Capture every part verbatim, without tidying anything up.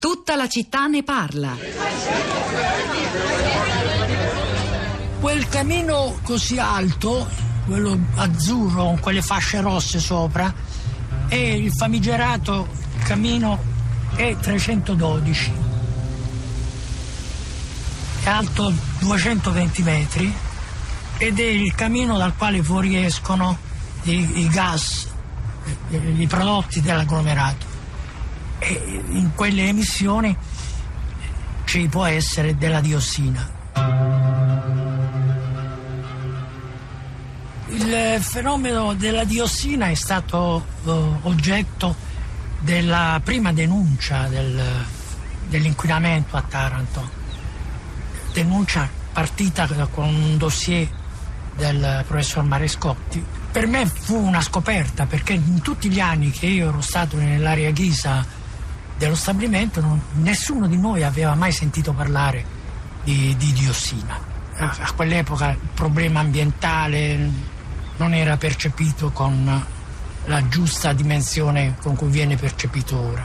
Tutta la città ne parla. Quel camino così alto, quello azzurro con quelle fasce rosse sopra, è il famigerato camino E trecentododici. È alto duecentoventi metri ed è il camino dal quale fuoriescono i, i gas, i, i prodotti dell'agglomerato. E in quelle emissioni ci può essere della diossina. Il fenomeno della diossina è stato uh, oggetto della prima denuncia del, dell'inquinamento a Taranto, denuncia partita con un dossier del professor Marescotti. Per me fu una scoperta, perché in tutti gli anni che io ero stato nell'area ghisa dello stabilimento non, nessuno di noi aveva mai sentito parlare di, di diossina. A, a quell'epoca il problema ambientale non era percepito con la giusta dimensione con cui viene percepito ora.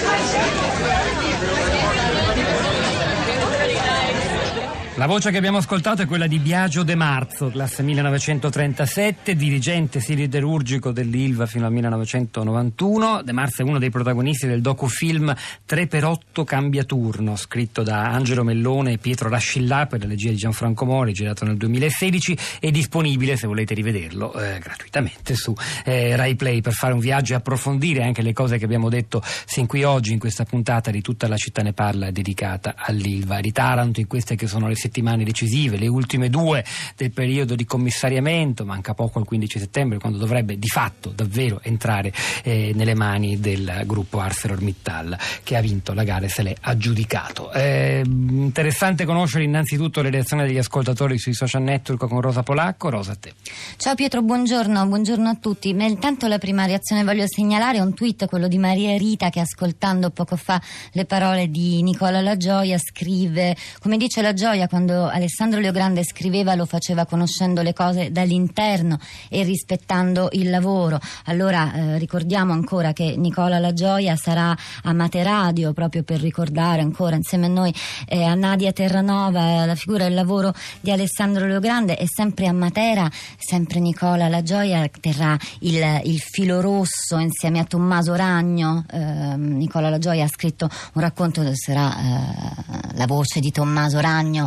La voce che abbiamo ascoltato è quella di Biagio De Marzo, classe millenovecentotrentasette, dirigente siderurgico dell'Ilva fino al millenovecentonovantuno. De Marzo è uno dei protagonisti del docufilm tre per otto cambia turno, scritto da Angelo Mellone e Pietro Rascillà per la regia di Gianfranco Mori, girato nel duemilasedici, è disponibile, se volete rivederlo, eh, gratuitamente su eh, Rai Play, per fare un viaggio e approfondire anche le cose che abbiamo detto sin qui oggi in questa puntata di Tutta la città ne parla, dedicata all'Ilva di Taranto, in queste che sono le settimane decisive, le ultime due del periodo di commissariamento. Manca poco al quindici settembre, quando dovrebbe di fatto davvero entrare eh, nelle mani del gruppo ArcelorMittal, che ha vinto la gara e se l'è aggiudicato. È interessante conoscere innanzitutto le reazioni degli ascoltatori sui social network con Rosa Polacco. Rosa, a te. Ciao Pietro, buongiorno, buongiorno a tutti. Ma intanto la prima reazione voglio segnalare un tweet, quello di Maria Rita, che ascoltando poco fa le parole di Nicola La Gioia scrive: come dice La Gioia, quando Alessandro Leogrande scriveva lo faceva conoscendo le cose dall'interno e rispettando il lavoro. Allora eh, ricordiamo ancora che Nicola La Gioia sarà a Materadio proprio per ricordare ancora insieme a noi eh, a Nadia Terranova la figura e il lavoro di Alessandro Leogrande, e sempre a Matera sempre Nicola La Gioia terrà il, il filo rosso insieme a Tommaso Ragno. eh, Nicola La Gioia ha scritto un racconto dove sarà eh, la voce di Tommaso Ragno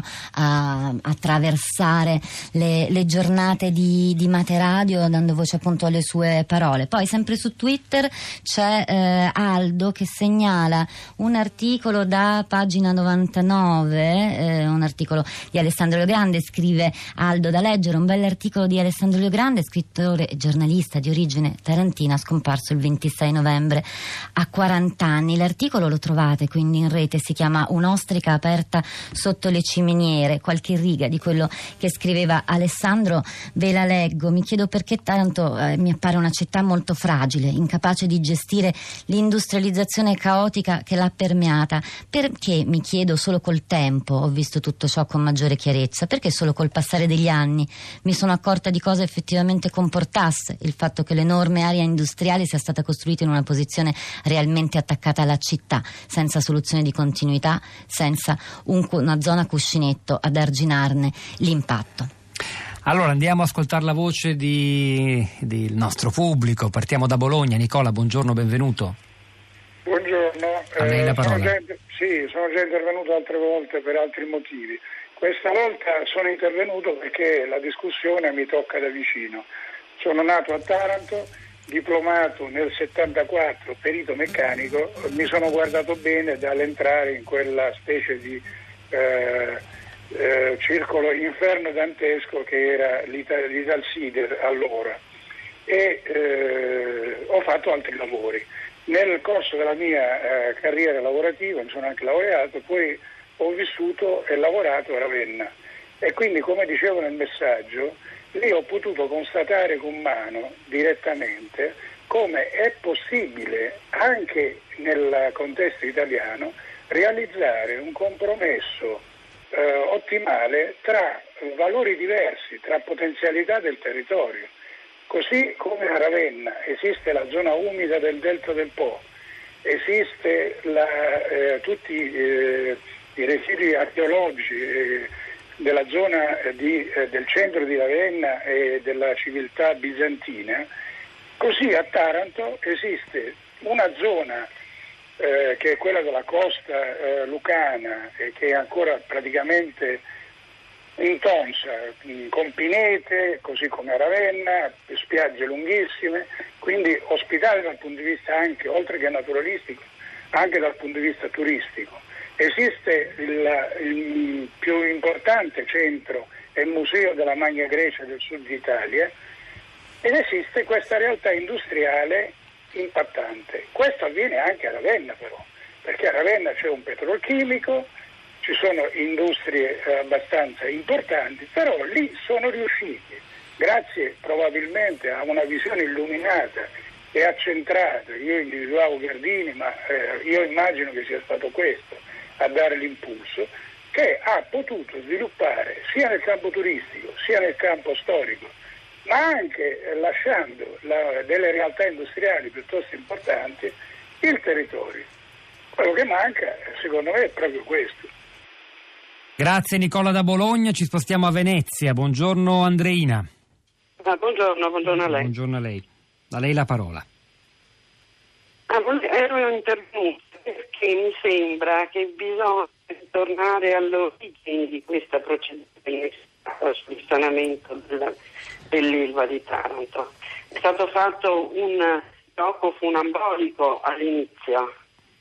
a attraversare le, le giornate di, di Materadio, dando voce appunto alle sue parole. Poi sempre su Twitter c'è eh, Aldo che segnala un articolo da pagina novantanove, eh, un articolo di Alessandro Leogrande. Scrive Aldo: da leggere, un bell'articolo di Alessandro Leogrande, scrittore e giornalista di origine tarantina, scomparso il ventisei novembre a quaranta anni. L'articolo lo trovate quindi in rete, si chiama Un'ostrica aperta sotto le ciminiere. Qualche riga di quello che scriveva Alessandro ve la leggo. Mi chiedo perché Taranto eh, mi appare una città molto fragile, incapace di gestire l'industrializzazione caotica che l'ha permeata. Perché, mi chiedo, solo col tempo ho visto tutto ciò con maggiore chiarezza? Perché solo col passare degli anni mi sono accorta di cosa effettivamente comportasse il fatto che l'enorme area industriale sia stata costruita in una posizione realmente attaccata alla città, senza soluzione di continuità, senza un, una zona cuscinetto ad arginarne l'impatto. Allora andiamo a ascoltare la voce di, del nostro pubblico. Partiamo da Bologna. Nicola, buongiorno, benvenuto. Buongiorno. A lei la eh, parola. sono già, sì, sono già intervenuto altre volte per altri motivi. Questa volta sono intervenuto perché la discussione mi tocca da vicino. Sono nato a Taranto, diplomato nel settantaquattro, perito meccanico. Mi sono guardato bene dall'entrare in quella specie di eh, eh, circolo inferno dantesco che era l'Ital- l'Italsider allora, e eh, ho fatto altri lavori. Nel corso della mia eh, carriera lavorativa mi sono anche laureato, poi ho vissuto e lavorato a Ravenna, e quindi, come dicevo nel messaggio, lì ho potuto constatare con mano direttamente come è possibile anche nel contesto italiano realizzare un compromesso eh, ottimale tra valori diversi, tra potenzialità del territorio. Così come a Ravenna esiste la zona umida del Delta del Po, esiste la, eh, tutti eh, i residui archeologici eh, della zona di, eh, del centro di Ravenna e della civiltà bizantina, così a Taranto esiste una zona eh, che è quella della costa eh, lucana e che è ancora praticamente intonsa, con pinete, così come a Ravenna, spiagge lunghissime, quindi ospitale dal punto di vista anche, oltre che naturalistico, anche dal punto di vista turistico. Esiste il, il più importante centro e museo della Magna Grecia del sud Italia ed esiste questa realtà industriale impattante. Questo avviene anche a Ravenna però, perché a Ravenna c'è un petrolchimico, ci sono industrie eh, abbastanza importanti, però lì sono riusciti, grazie probabilmente a una visione illuminata e accentrata, io individuavo Gardini, ma eh, io immagino che sia stato questo a dare l'impulso, che ha potuto sviluppare sia nel campo turistico sia nel campo storico, ma anche eh, lasciando la, delle realtà industriali piuttosto importanti il territorio. Quello che manca, secondo me, è proprio questo. Grazie Nicola da Bologna, ci spostiamo a Venezia. Buongiorno Andreina. Ah, buongiorno, buongiorno a lei. Buongiorno a lei. A lei la parola. Ah, ero intervenuta perché mi sembra che bisogna tornare all'origine di questa procedura sul risanamento della, dell'Ilva di Taranto. È stato fatto un gioco funambolico all'inizio,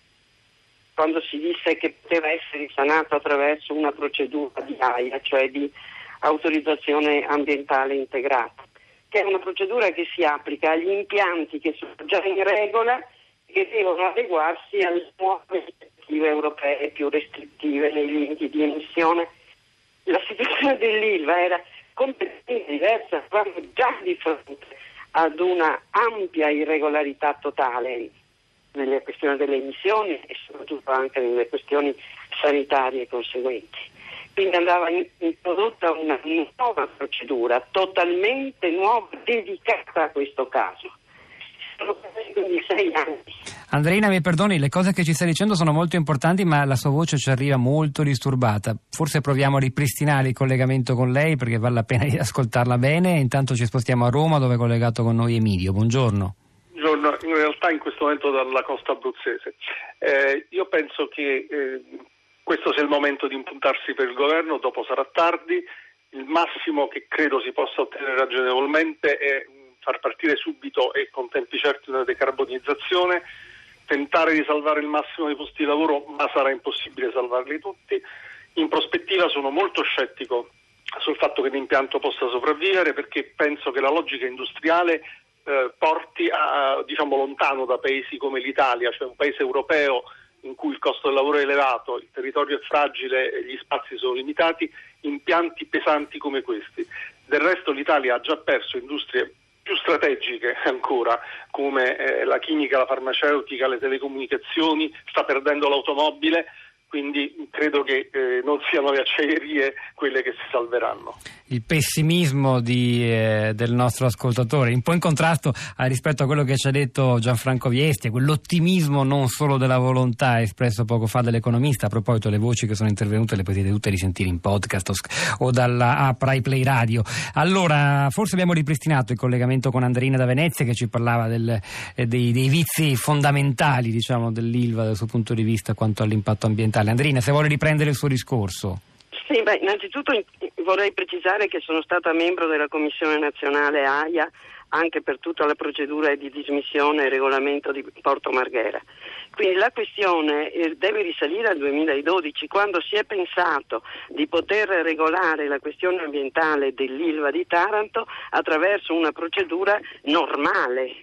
quando si disse che poteva essere risanato attraverso una procedura di A I A, cioè di autorizzazione ambientale integrata, che è una procedura che si applica agli impianti che sono già in regola e che devono adeguarsi alle nuove direttive europee più restrittive nei limiti di emissione. La situazione dell'Ilva era completamente diversa, eravamo già di fronte ad una ampia irregolarità totale nelle questioni delle emissioni e soprattutto anche nelle questioni sanitarie conseguenti. Quindi andava introdotta una nuova procedura, totalmente nuova, dedicata a questo caso. Sono passati quindi sei anni. Andreina, mi perdoni, le cose che ci sta dicendo sono molto importanti, ma la sua voce ci arriva molto disturbata. Forse proviamo a ripristinare il collegamento con lei, perché vale la pena di ascoltarla bene. Intanto ci spostiamo a Roma, dove è collegato con noi Emilio. Buongiorno. Buongiorno, in realtà in questo momento dalla costa abruzzese. Eh, io penso che eh, questo sia il momento di impuntarsi per il governo, dopo sarà tardi. Il massimo che credo si possa ottenere ragionevolmente è far partire subito e con tempi certi una decarbonizzazione, tentare di salvare il massimo dei posti di lavoro, ma sarà impossibile salvarli tutti. In prospettiva sono molto scettico sul fatto che l'impianto possa sopravvivere, perché penso che la logica industriale eh, porti a, diciamo, lontano da paesi come l'Italia, cioè un paese europeo in cui il costo del lavoro è elevato, il territorio è fragile e gli spazi sono limitati, impianti pesanti come questi. Del resto l'Italia ha già perso industrie più strategiche ancora, come eh, la chimica, la farmaceutica, le telecomunicazioni, sta perdendo l'automobile, quindi credo che eh, non siano le acciaierie quelle che si salveranno. Il pessimismo di, eh, del nostro ascoltatore, un po' in contrasto eh, rispetto a quello che ci ha detto Gianfranco Viesti, quell'ottimismo non solo della volontà espresso poco fa dall'economista. A proposito, le voci che sono intervenute le potete tutte risentire in podcast o, o dalla app Rai Play Radio. Allora, forse abbiamo ripristinato il collegamento con Andreina da Venezia, che ci parlava del, eh, dei, dei vizi fondamentali, diciamo, dell'Ilva dal suo punto di vista quanto all'impatto ambientale. Andreina, se vuole riprendere il suo discorso. Sì, beh, innanzitutto vorrei precisare che sono stata membro della Commissione Nazionale A I A anche per tutta la procedura di dismissione e regolamento di Porto Marghera. Quindi la questione deve risalire al duemiladodici, quando si è pensato di poter regolare la questione ambientale dell'Ilva di Taranto attraverso una procedura normale.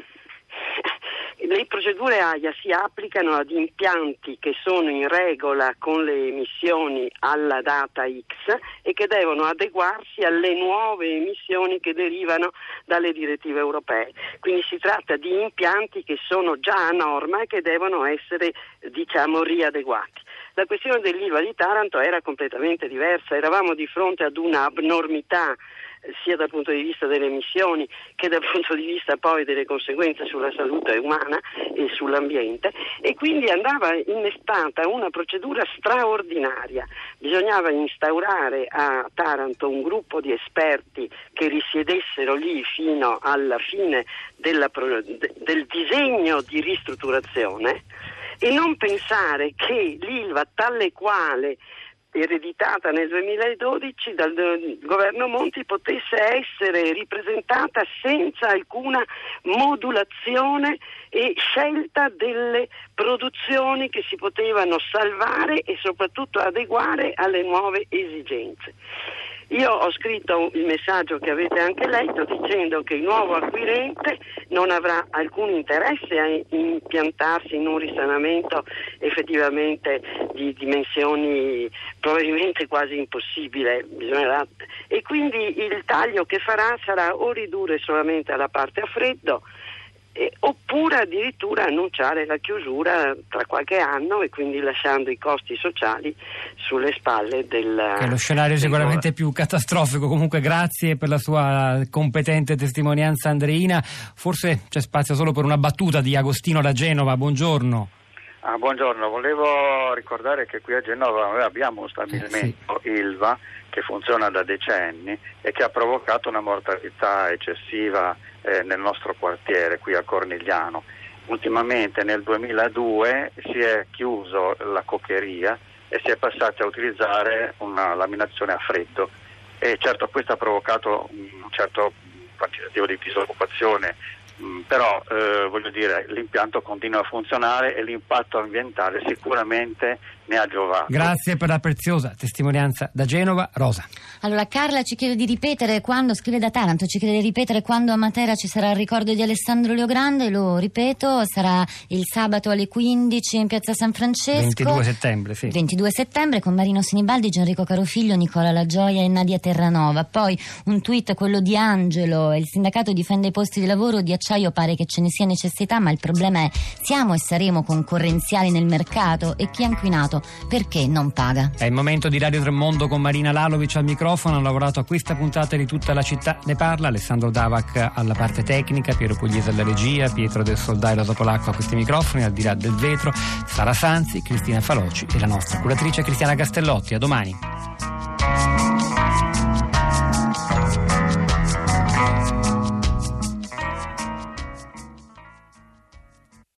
Le procedure A I A si applicano ad impianti che sono in regola con le emissioni alla data X e che devono adeguarsi alle nuove emissioni che derivano dalle direttive europee. Quindi si tratta di impianti che sono già a norma e che devono essere, diciamo, riadeguati. La questione dell'Ilva di Taranto era completamente diversa, eravamo di fronte ad una abnormità sia dal punto di vista delle emissioni che dal punto di vista poi delle conseguenze sulla salute umana e sull'ambiente, e quindi andava innestata una procedura straordinaria. Bisognava instaurare a Taranto un gruppo di esperti che risiedessero lì fino alla fine della, del disegno di ristrutturazione, e non pensare che l'Ilva tale quale ereditata nel duemiladodici dal governo Monti potesse essere ripresentata senza alcuna modulazione e scelta delle produzioni che si potevano salvare e soprattutto adeguare alle nuove esigenze. Io ho scritto il messaggio che avete anche letto dicendo che il nuovo acquirente non avrà alcun interesse a impiantarsi in un risanamento effettivamente di dimensioni probabilmente quasi impossibile, bisognerà, e quindi il taglio che farà sarà o ridurre solamente alla parte a freddo, Eh, oppure addirittura annunciare la chiusura tra qualche anno e quindi lasciando i costi sociali sulle spalle del... È lo scenario del sicuramente go- più catastrofico. Comunque grazie per la sua competente testimonianza, Andreina. Forse c'è spazio solo per una battuta di Agostino da Genova. Buongiorno. Ah, buongiorno, volevo ricordare che qui a Genova noi abbiamo un stabilimento eh, sì. Ilva che funziona da decenni e che ha provocato una mortalità eccessiva eh, nel nostro quartiere qui a Cornigliano. Ultimamente nel duemiladue si è chiuso la coccheria e si è passati a utilizzare una laminazione a freddo, e certo questo ha provocato un certo quantitativo di disoccupazione. Mm, però eh, voglio dire, l'impianto continua a funzionare e l'impatto ambientale sicuramente ne ha giovato. Grazie per la preziosa testimonianza da Genova. Rosa. Allora Carla ci chiede di ripetere quando, scrive da Taranto, ci chiede di ripetere quando a Matera ci sarà il ricordo di Alessandro Leogrande. Lo ripeto, sarà il sabato alle quindici in piazza San Francesco, ventidue settembre, sì. ventidue settembre, con Marino Sinibaldi, Gianrico Carofiglio, Nicola Lagioia e Nadia Terranova. Poi un tweet, quello di Angelo: il sindacato difende i posti di lavoro, di acciaio pare che ce ne sia necessità, ma il problema è siamo e saremo concorrenziali nel mercato, e chi ha inquinato perché non paga. È il momento di Radio Tremondo con Marina Lalovic al microfono. Hanno lavorato a questa puntata di Tutta la città ne parla Alessandro Davac alla parte tecnica, Piero Pugliese alla regia, Pietro del Soldà e Rosa Polacco a questi microfoni, al di là del vetro Sara Sanzi, Cristina Faloci e la nostra curatrice Cristiana Castellotti. A domani.